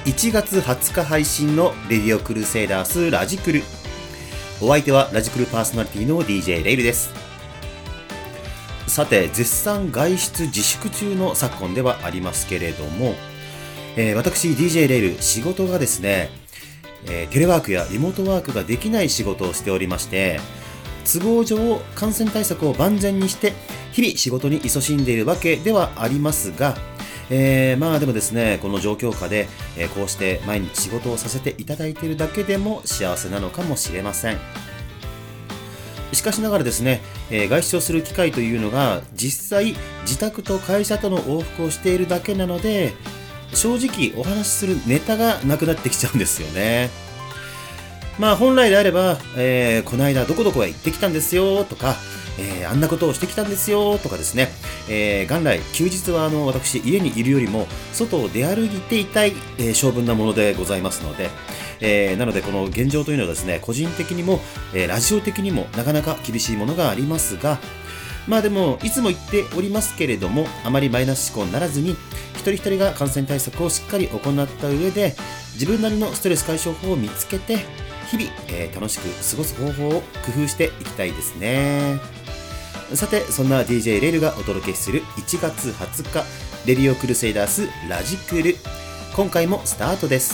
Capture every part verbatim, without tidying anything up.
いちがつはつか配信のレディオクルセイダースラジクル。お相手はラジクルパーソナリティの ディージェー レイルです。さて、絶賛外出自粛中の昨今ではありますけれども、えー、私 ディージェー レイル、仕事がですね、えー、テレワークやリモートワークができない仕事をしておりまして、都合上感染対策を万全にして日々仕事に勤しんでいるわけではありますが、えー、まあでもですね、この状況下で、えー、こうして毎日仕事をさせていただいているだけでも幸せなのかもしれません。しかしながらですね、えー、外出をする機会というのが実際自宅と会社との往復をしているだけなので、正直お話しするネタがなくなってきちゃうんですよね。まあ本来であれば、えー、この間どこどこへ行ってきたんですよとか、えー、あんなことをしてきたんですよとかですね、えー、元来休日はあの私家にいるよりも外を出歩いていたい、えー、性分なものでございますので、えー、なのでこの現状というのはですね、個人的にも、えー、ラジオ的にもなかなか厳しいものがありますが、まあでもいつも言っておりますけれども、あまりマイナス思考にならずに一人一人が感染対策をしっかり行った上で自分なりのストレス解消法を見つけて日々、えー、楽しく過ごす方法を工夫していきたいですね。さて、そんな ディージェー レイルがお届けするいちがつはつかレディオクルセイダースラジクル、今回もスタートです。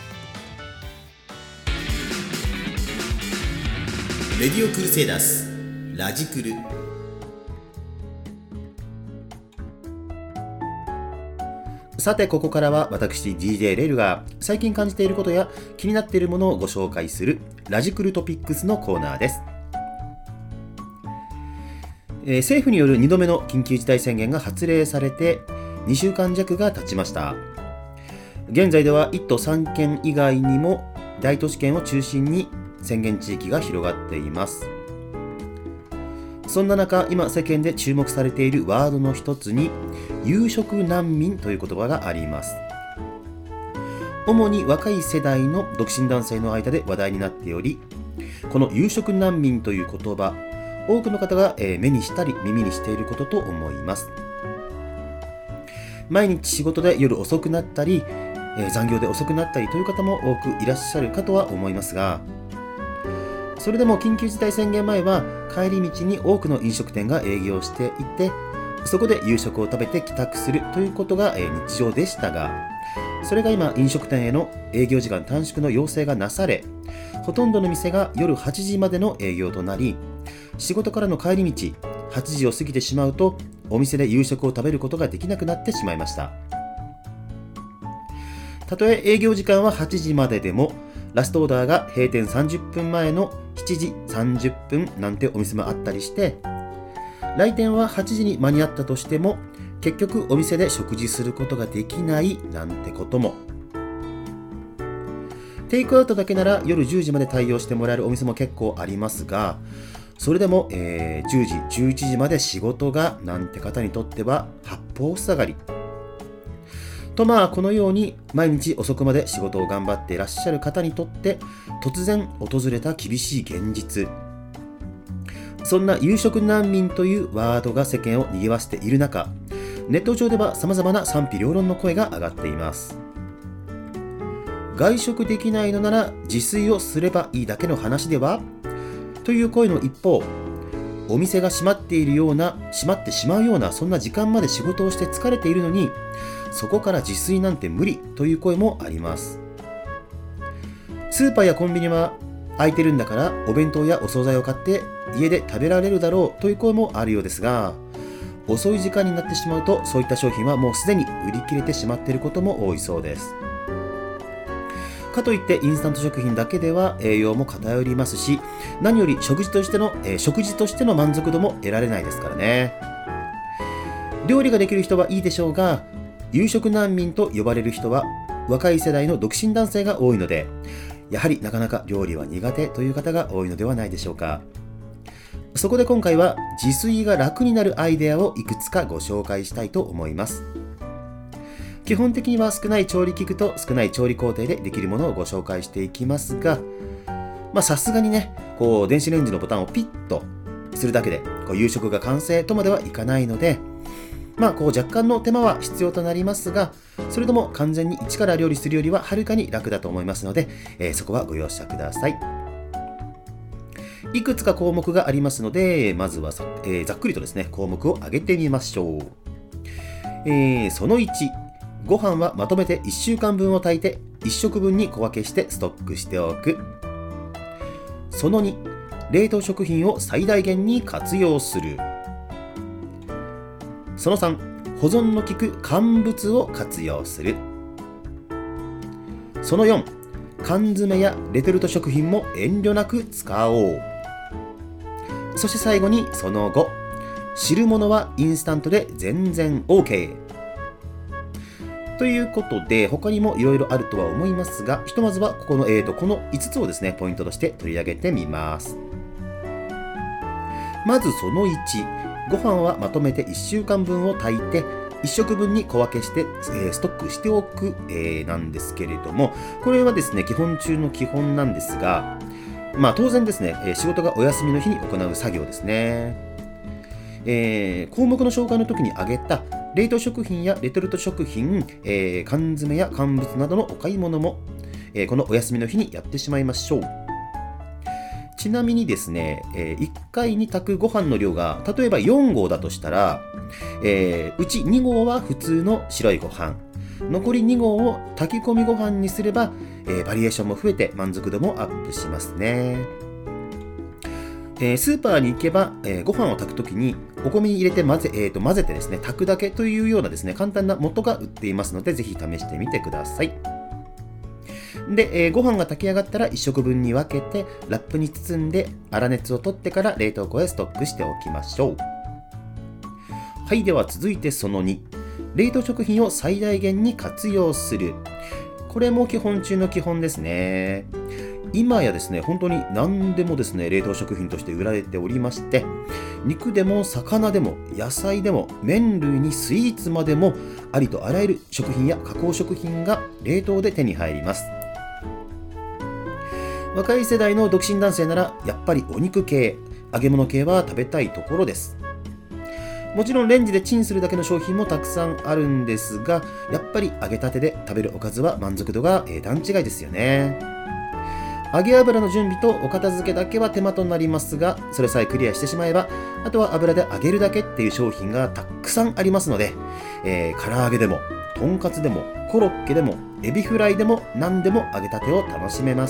レディオクルセイダースラジクル。さて、ここからは私 ディージェー レイルが最近感じていることや気になっているものをご紹介するラジクルトピックスのコーナーです。えー、政府によるにどめの緊急事態宣言が発令されてにしゅうかんじゃくが経ちました。現在ではいっとさんけん以外にも大都市圏を中心に宣言地域が広がっています。そんな中、今世間で注目されているワードの一つに有職難民という言葉があります。主に若い世代の独身男性の間で話題になっており、この有職難民という言葉、多くの方が目にしたり耳にしていることと思います。毎日仕事で夜遅くなったり、残業で遅くなったりという方も多くいらっしゃるかとは思いますが、それでも緊急事態宣言前は帰り道に多くの飲食店が営業していて、そこで夕食を食べて帰宅するということが日常でしたが、それが今飲食店への営業時間短縮の要請がなされ、ほとんどの店が夜はちじまでの営業となり、仕事からの帰り道はちじを過ぎてしまうとお店で夕食を食べることができなくなってしまいました。たとえ営業時間ははちじまででも、ラストオーダーが閉店さんじゅっぷんまえのしちじさんじゅっぷんなんてお店もあったりして、来店ははちじに間に合ったとしても結局お店で食事することができないなんてことも。テイクアウトだけなら夜じゅうじまで対応してもらえるお店も結構ありますが、それでも、えー、じゅうじじゅういちじまで仕事がなんて方にとっては八方塞がりと、まあこのように毎日遅くまで仕事を頑張っていらっしゃる方にとって突然訪れた厳しい現実、そんな有職難民というワードが世間を賑わせている中、ネット上では様々な賛否両論の声が上がっています。外食できないのなら自炊をすればいいだけの話ではという声の一方、お店が閉まっているような、閉まってしまうようなそんな時間まで仕事をして疲れているのに、そこから自炊なんて無理という声もあります。スーパーやコンビニは空いてるんだからお弁当やお惣菜を買って家で食べられるだろうという声もあるようですが、遅い時間になってしまうとそういった商品はもうすでに売り切れてしまっていることも多いそうです。かといってインスタント食品だけでは栄養も偏りますし、何より食事としての、えー、食事としての満足度も得られないですからね。料理ができる人はいいでしょうが、有職難民と呼ばれる人は若い世代の独身男性が多いので、やはりなかなか料理は苦手という方が多いのではないでしょうか。そこで今回は自炊が楽になるアイデアをいくつかご紹介したいと思います。基本的には少ない調理器具と少ない調理工程でできるものをご紹介していきますが、まあさすがにね、こう電子レンジのボタンをピッとするだけでこう夕食が完成とまではいかないので、 まあこう若干の手間は必要となりますが、それとも完全に一から料理するよりははるかに楽だと思いますので、えー、そこはご容赦ください。いくつか項目がありますので、まずは ざ,、えー、ざっくりとですね項目を挙げてみましょう。えー、そのいち、ご飯はまとめていっしゅうかんぶんを炊いていっしょくぶんに小分けしてストックしておく。そのに、冷凍食品を最大限に活用する。そのさん、保存の効く乾物を活用する。そのよん、缶詰やレトルト食品も遠慮なく使おう。そして最後にそのご、汁物はインスタントで全然 OK。ということで、他にもいろいろあるとは思いますが、ひとまずはここの、えーと、このいつつをですね、ポイントとして取り上げてみます。まずそのいち、ご飯はまとめていっしゅうかんぶんを炊いて、いっしょくぶんに小分けして、えー、ストックしておく、えー、なんですけれども、これはですね、基本中の基本なんですが、まあ当然ですね、仕事がお休みの日に行う作業ですね。えー、項目の紹介の時に挙げた冷凍食品やレトルト食品、えー、缶詰や乾物などのお買い物も、えー、このお休みの日にやってしまいましょう。ちなみにですね、えー、いっかいに炊くご飯の量が例えばよんごうだとしたら、えー、うちにごうは普通の白いご飯、残りにごうを炊き込みご飯にすれば、えー、バリエーションも増えて満足度もアップしますね。えー、スーパーに行けば、えー、ご飯を炊くときにお米に入れて混ぜ、えー、と混ぜてですね炊くだけというようなですね簡単な素が売っていますので、ぜひ試してみてください。で、えー、ご飯が炊き上がったらいっしょくぶんに分けてラップに包んで粗熱を取ってから冷凍庫へストックしておきましょう。はい、では続いてそのに、冷凍食品を最大限に活用する。これも基本中の基本ですね。今やですね、本当に何でもですね、冷凍食品として売られておりまして、肉でも魚でも野菜でも麺類にスイーツまでもありとあらゆる食品や加工食品が冷凍で手に入ります。若い世代の独身男性ならやっぱりお肉系、揚げ物系は食べたいところです。もちろんレンジでチンするだけの商品もたくさんあるんですが、やっぱり揚げたてで食べるおかずは満足度が段違いですよね。揚げ油の準備とお片付けだけは手間となりますが、それさえクリアしてしまえば、あとは油で揚げるだけっていう商品がたくさんありますので、えー、唐揚げでも、とんかつでも、コロッケでも、エビフライでも何でも揚げたてを楽しめます。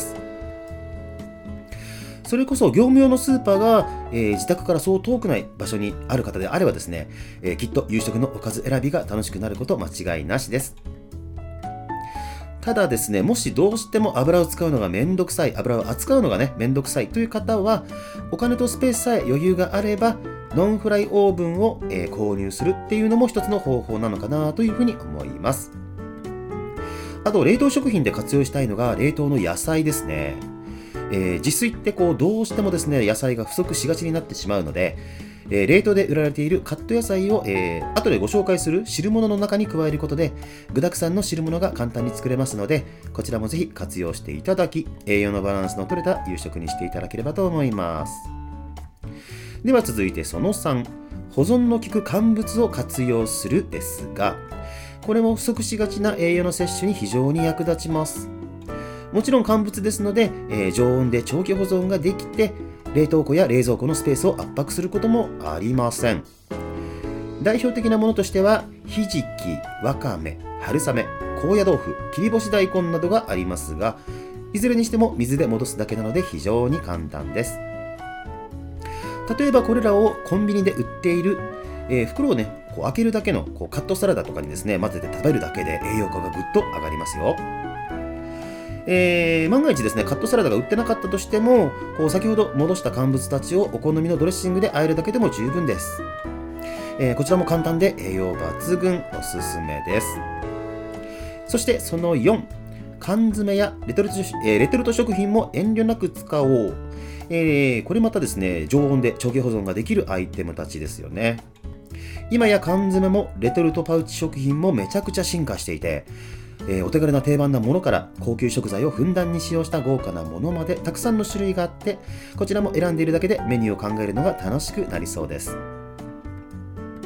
それこそ業務用のスーパーが、えー、自宅からそう遠くない場所にある方であればですね、えー、きっと夕食のおかず選びが楽しくなること間違いなしです。ただですね、もしどうしても油を使うのがめんどくさい、油を扱うのがね、めんどくさいという方は、お金とスペースさえ余裕があれば、ノンフライオーブンを、えー、購入するっていうのも一つの方法なのかなというふうに思います。あと、冷凍食品で活用したいのが冷凍の野菜ですね。えー、自炊ってこうどうしてもですね野菜が不足しがちになってしまうので、えー、冷凍で売られているカット野菜を、えー、後でご紹介する汁物の中に加えることで具沢山の汁物が簡単に作れますので、こちらもぜひ活用していただき、栄養のバランスの取れた夕食にしていただければと思います。では続いてそのさん、保存の効く乾物を活用するですが、これも不足しがちな栄養の摂取に非常に役立ちます。もちろん乾物ですので、えー、常温で長期保存ができて、冷凍庫や冷蔵庫のスペースを圧迫することもありません。代表的なものとしては、ひじき、わかめ、春雨、高野豆腐、切り干し大根などがありますが、いずれにしても水で戻すだけなので非常に簡単です。例えばこれらをコンビニで売っている、えー、袋をね、こう開けるだけのこうカットサラダとかにですね、混ぜて食べるだけで栄養価がぐっと上がりますよ。えー、万が一ですね、カットサラダが売ってなかったとしても、こう先ほど戻した乾物たちをお好みのドレッシングで和えるだけでも十分です。えー、こちらも簡単で栄養抜群、おすすめです。そしてそのよん、缶詰やレトルト、えー、レトルト食品も遠慮なく使おう。えー、これまたですね、常温で長期保存ができるアイテムたちですよね。今や缶詰もレトルトパウチ食品もめちゃくちゃ進化していて、えー、お手軽な定番なものから高級食材をふんだんに使用した豪華なものまでたくさんの種類があって、こちらも選んでいるだけでメニューを考えるのが楽しくなりそうです。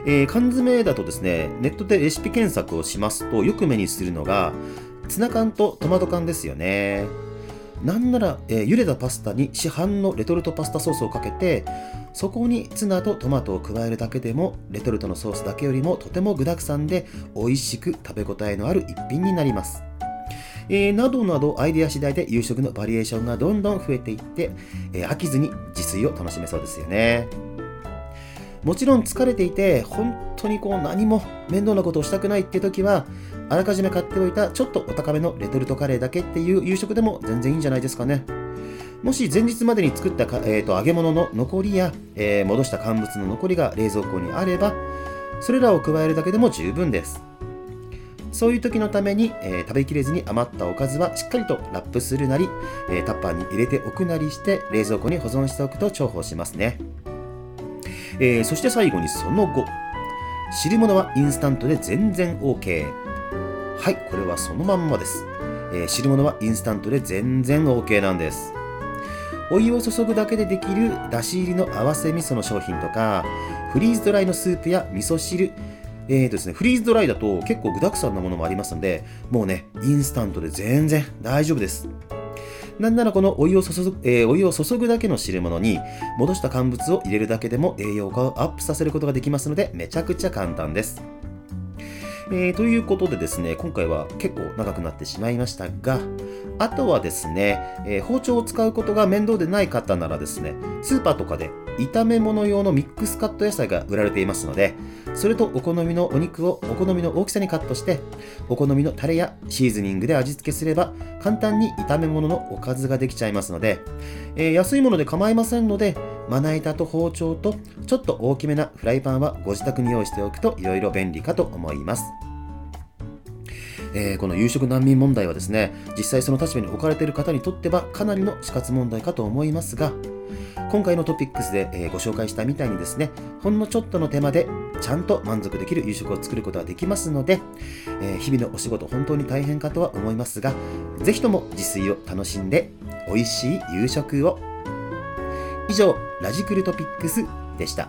えー、缶詰だとですね、ネットでレシピ検索をしますとよく目にするのがツナ缶とトマト缶ですよね。なんなら、えー、茹でたパスタに市販のレトルトパスタソースをかけて、そこにツナとトマトを加えるだけでもレトルトのソースだけよりもとても具沢山で美味しく食べ応えのある一品になります。えー、などなどアイデア次第で夕食のバリエーションがどんどん増えていって、えー、飽きずに自炊を楽しめそうですよね。もちろん疲れていて本当にこう何も面倒なことをしたくないっていう時は、あらかじめ買っておいたちょっとお高めのレトルトカレーだけっていう夕食でも全然いいんじゃないですかね。もし前日までに作ったか、えー、と揚げ物の残りや、えー、戻した乾物の残りが冷蔵庫にあれば、それらを加えるだけでも十分です。そういう時のために、えー、食べきれずに余ったおかずはしっかりとラップするなり、えー、タッパーに入れておくなりして冷蔵庫に保存しておくと重宝しますね。えー、そして最後にその後、汁物はインスタントで全然 OK。 はい、これはそのまんまです。えー、汁物はインスタントで全然 OK なんです。お湯を注ぐだけでできるだし入りの合わせ味噌の商品とか、フリーズドライのスープや味噌汁、えーとですね、フリーズドライだと結構具沢山なものもありますので、もうね、インスタントで全然大丈夫です。なんならこのお湯を注ぐ、えー、お湯を注ぐだけの汁物に戻した乾物を入れるだけでも栄養価をアップさせることができますので、めちゃくちゃ簡単です。えー、ということでですね、今回は結構長くなってしまいましたが、あとはですね、えー、包丁を使うことが面倒でない方ならですね、スーパーとかで炒め物用のミックスカット野菜が売られていますので、それとお好みのお肉をお好みの大きさにカットして、お好みのタレやシーズニングで味付けすれば簡単に炒め物のおかずができちゃいますので、えー、安いもので構いませんので、まな板と包丁とちょっと大きめなフライパンはご自宅に用意しておくといろいろ便利かと思います。えー、この夕食難民問題はですね、実際その立場に置かれている方にとってはかなりの死活問題かと思いますが、今回のトピックスで、えー、ご紹介したみたいにですね、ほんのちょっとの手間でちゃんと満足できる夕食を作ることができますので、えー、日々のお仕事本当に大変かとは思いますが、ぜひとも自炊を楽しんで美味しい夕食を。以上、ラジクルトピックスでした。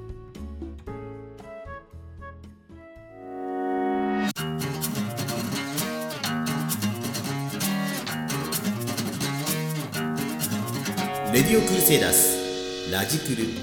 レディオクルセイダースラジクル。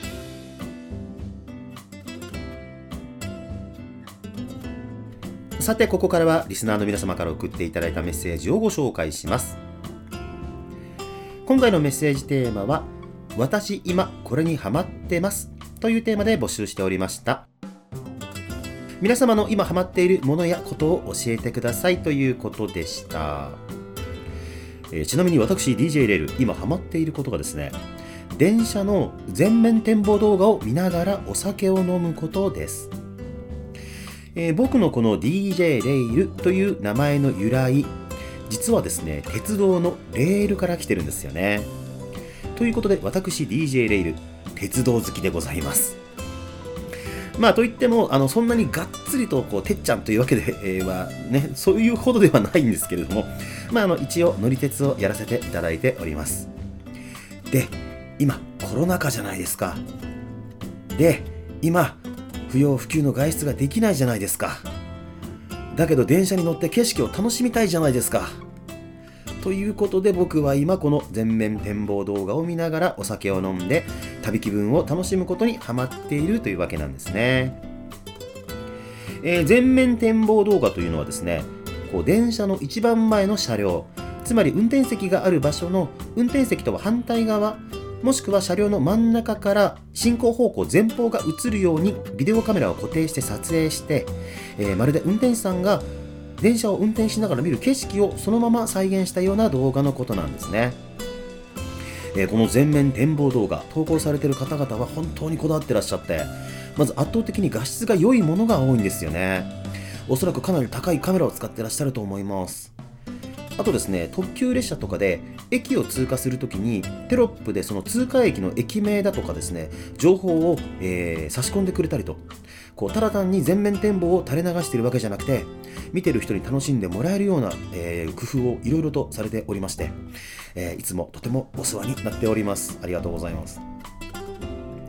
さて、ここからはリスナーの皆様から送っていただいたメッセージをご紹介します。今回のメッセージテーマは、私今これにハマってますというテーマで募集しておりました。皆様の今ハマっているものやことを教えてくださいということでした。えー、ちなみに私 ディージェー レール、今ハマっていることがですね、電車の全面展望動画を見ながらお酒を飲むことです。えー、僕のこの ディージェー レールという名前の由来、実はですね、鉄道のレールから来てるんですよね。ということで、私 ディージェー レール、鉄道好きでございます。まあといっても、あのそんなにがっつりとこうてっちゃんというわけで、えー、はね、そういうほどではないんですけれども、まあ、あの一応乗り鉄をやらせていただいております。で、今コロナ禍じゃないですか。で、今不要不急の外出ができないじゃないですか。だけど電車に乗って景色を楽しみたいじゃないですか。ということで、僕は今この全面展望動画を見ながらお酒を飲んで旅気分を楽しむことにハマっているというわけなんですね。えー、全面展望動画というのはですね、こう電車の一番前の車両、つまり運転席がある場所の運転席とは反対側、もしくは車両の真ん中から進行方向前方が映るようにビデオカメラを固定して撮影して、えー、まるで運転手さんが電車を運転しながら見る景色をそのまま再現したような動画のことなんですね。えー、この全面展望動画、投稿されている方々は本当にこだわってらっしゃって、まず圧倒的に画質が良いものが多いんですよね。おそらくかなり高いカメラを使ってらっしゃると思います。あとですね、特急列車とかで駅を通過するときにテロップでその通過駅の駅名だとかですね、情報を、えー、差し込んでくれたりと、こうただ単に全面展望を垂れ流しているわけじゃなくて、見てる人に楽しんでもらえるような、えー、工夫をいろいろとされておりまして、えー、いつもとてもお世話になっております。ありがとうございます。え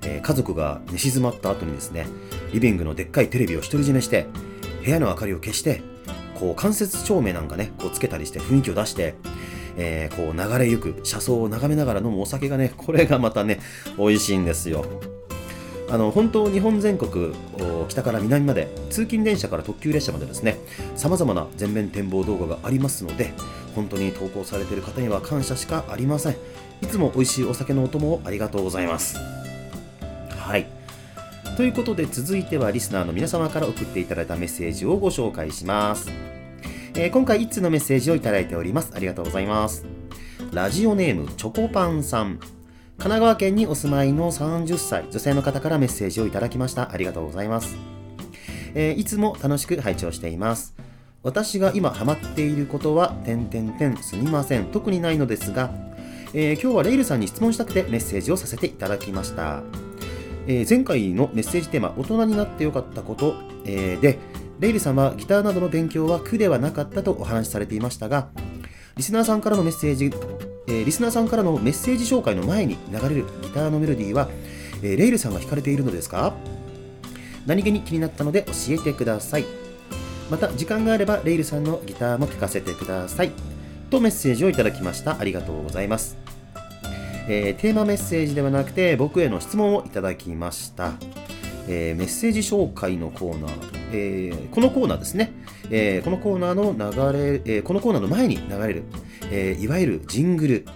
えー、家族が寝静まった後にですね、リビングのでっかいテレビを独り占めして、部屋の明かりを消して、こう間接照明なんかね、こうつけたりして雰囲気を出して、えー、こう流れゆく車窓を眺めながら飲むお酒がね、これがまたね、美味しいんですよ。あの本当、日本全国北から南まで、通勤電車から特急列車までですね、様々な全面展望動画がありますので、本当に投稿されている方には感謝しかありません。いつも美味しいお酒のお供をありがとうございます。はい。ということで、続いてはリスナーの皆様から送っていただいたメッセージをご紹介します。えー、今回いっつのメッセージをいただいております。ありがとうございます。ラジオネームチョコパンさん。神奈川県にお住まいのさんじゅっさい女性の方からメッセージをいただきました。ありがとうございます。えー、いつも楽しく拝聴しています。私が今ハマっていることは、点々点すみません。特にないのですが、えー、今日はレイルさんに質問したくてメッセージをさせていただきました。えー、前回のメッセージテーマ、大人になってよかったこと、えー、で、レイルさんはギターなどの勉強は苦ではなかったとお話しされていましたが、リスナーさんからのメッセージ、えー、リスナーさんからのメッセージ紹介の前に流れるギターのメロディーは、えー、レイルさんが弾かれているのですか？何気に気になったので教えてください。また時間があればレイルさんのギターも聴かせてください。とメッセージをいただきました。ありがとうございます。えー、テーマメッセージではなくて僕への質問をいただきました。えー、メッセージ紹介のコーナー、えー、このコーナーですね、えー、このコーナーの流れ、えー、このコーナーの前に流れる、えー、いわゆるジングル。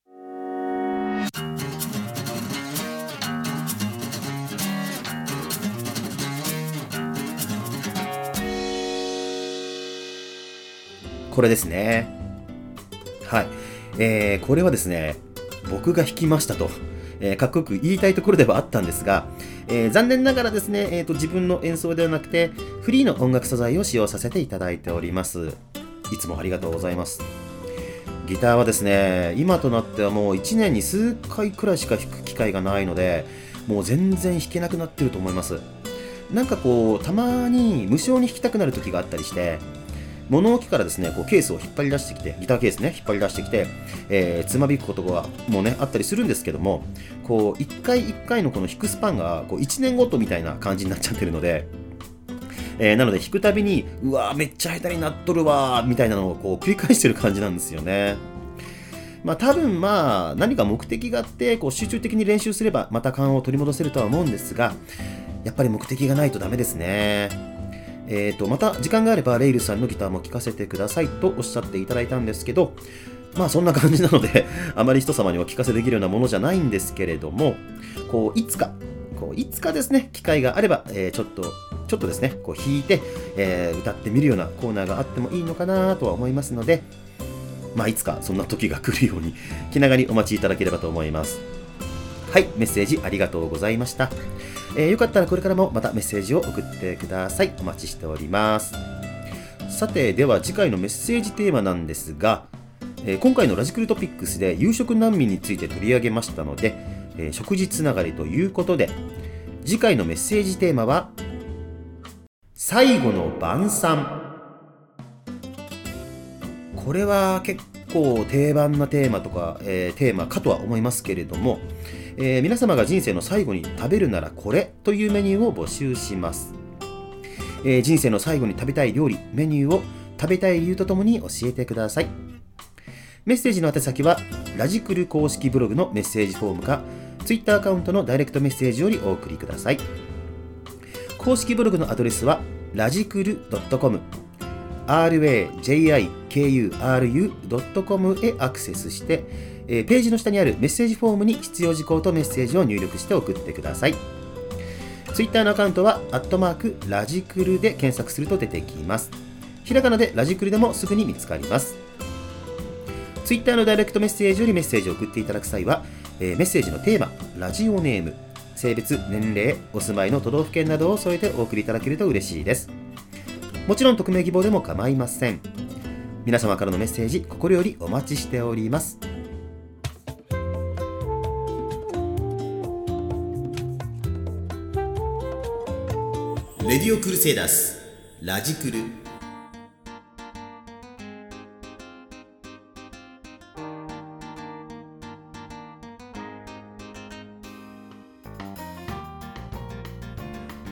これですね。はい、えー、これはですね、僕が弾きましたと、えー、かっこよく言いたいところではあったんですが、えー、残念ながらですね、えーと、自分の演奏ではなくてフリーの音楽素材を使用させていただいております。いつもありがとうございます。ギターはですね、今となってはもういちねんに数回くらいしか弾く機会がないので、もう全然弾けなくなってると思います。なんかこう、たまに無性に弾きたくなる時があったりして、物置からですね、こうケースを引っ張り出してきて、ギターケースね、引っ張り出してきて、えー、つまびくことがもうね、あったりするんですけども、こう、一回一回のこの弾くスパンが、こう、いちねんごとみたいな感じになっちゃってるので、えー、なので弾くたびに、うわーめっちゃ下手になっとるわーみたいなのをこう繰り返してる感じなんですよね。まあ多分まあ何か目的があってこう集中的に練習すればまた勘を取り戻せるとは思うんですが、やっぱり目的がないとダメですね。えーと、また時間があればレイルさんのギターも聴かせてくださいとおっしゃっていただいたんですけど、まあそんな感じなのであまり人様にお聞かせできるようなものじゃないんですけれども、こういつかこういつかですね、機会があれば、えー、ちょっとちょっとですねこう弾いて、えー、歌ってみるようなコーナーがあってもいいのかなとは思いますので、まあいつかそんな時が来るように気長にお待ちいただければと思います。はい、メッセージありがとうございました。えー、よかったらこれからもまたメッセージを送ってください。お待ちしております。さて、では次回のメッセージテーマなんですが、えー、今回のラジクルトピックスで夕食難民について取り上げましたので、えー、食事つながりということで、次回のメッセージテーマは最後の晩餐。これは結構定番なテーマとか、えー、テーマかとは思いますけれども、えー、皆様が人生の最後に食べるならこれというメニューを募集します。えー、人生の最後に食べたい料理、メニューを食べたい理由とともに教えてください。メッセージの宛先はラジクル公式ブログのメッセージフォームか Twitter アカウントのダイレクトメッセージよりお送りください。公式ブログのアドレスはラジクル ドットコム ラジクル ドットコム へアクセスして、えー、ページの下にあるメッセージフォームに必要事項とメッセージを入力して送ってください。Twitter のアカウントはアットマークラジクルで検索すると出てきます。ひらがなでラジクルでもすぐに見つかります。Twitter のダイレクトメッセージよりメッセージを送っていただく際は、えー、メッセージのテーマ、ラジオネーム、性別、年齢、お住まいの都道府県などを添えてお送りいただけると嬉しいです。もちろん匿名希望でも構いません。皆様からのメッセージ、心よりお待ちしております。レディオクルセイダースラジクル。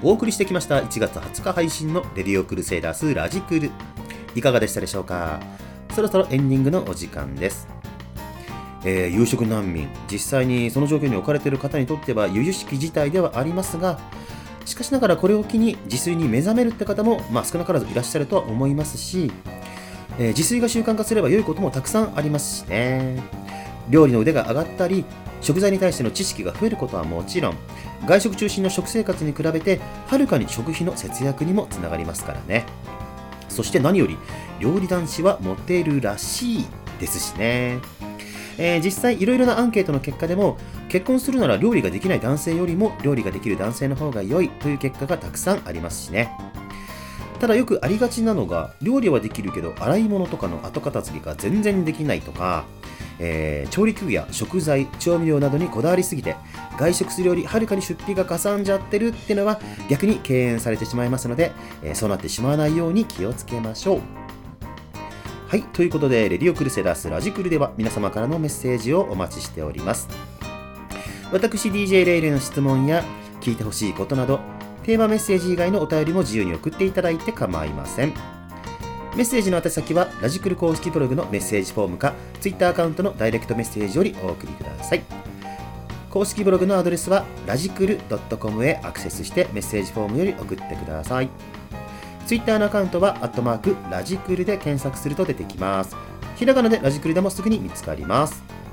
お送りしてきましたいちがつはつか配信のレディオクルセイダースラジクル、いかがでしたでしょうか。そろそろエンディングのお時間です。えー、有色難民、実際にその状況に置かれている方にとっては由々しき事態ではありますが、しかしながらこれを機に自炊に目覚めるって方も、まあ、少なからずいらっしゃるとは思いますし、えー、自炊が習慣化すれば良いこともたくさんありますしね。料理の腕が上がったり、食材に対しての知識が増えることはもちろん、外食中心の食生活に比べてはるかに食費の節約にもつながりますからね。そして何より料理男子はモテるらしいですしね。えー、実際いろいろなアンケートの結果でも、結婚するなら料理ができない男性よりも料理ができる男性の方が良いという結果がたくさんありますしね。ただよくありがちなのが、料理はできるけど洗い物とかの後片付けが全然できないとか、えー、調理器具や食材、調味料などにこだわりすぎて外食するよりはるかに出費がかさんじゃってるっていうのは逆に敬遠されてしまいますので、えー、そうなってしまわないように気をつけましょう。はい、ということでレディオクルセダースラジクルでは皆様からのメッセージをお待ちしております。私 ディージェー レイレイの質問や聞いてほしいことなど、テーマメッセージ以外のお便りも自由に送っていただいて構いません。メッセージの宛先はラジクル公式ブログのメッセージフォームか Twitter アカウントのダイレクトメッセージよりお送りください。公式ブログのアドレスはラジクル ドットコム へアクセスしてメッセージフォームより送ってください。Twitter のアカウントはアットマークラジクルで検索すると出てきます。ひらがなでラジクルでもすぐに見つかります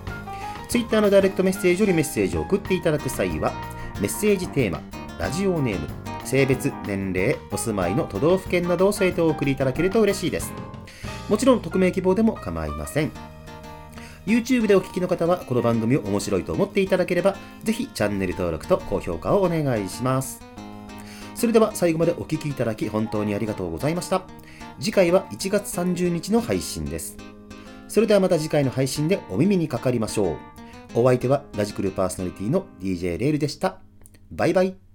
。Twitter のダイレクトメッセージよりメッセージを送っていただく際は、メッセージテーマ、ラジオネーム、性別、年齢、お住まいの都道府県などを添えてお送りいただけると嬉しいです。もちろん匿名希望でも構いません。YouTube でお聞きの方はこの番組を面白いと思っていただければ、ぜひチャンネル登録と高評価をお願いします。それでは最後までお聞きいただき本当にありがとうございました。次回はいちがつさんじゅうにちの配信です。それではまた次回の配信でお耳にかかりましょう。お相手はラジクルパーソナリティの ディージェー レイルでした。バイバイ。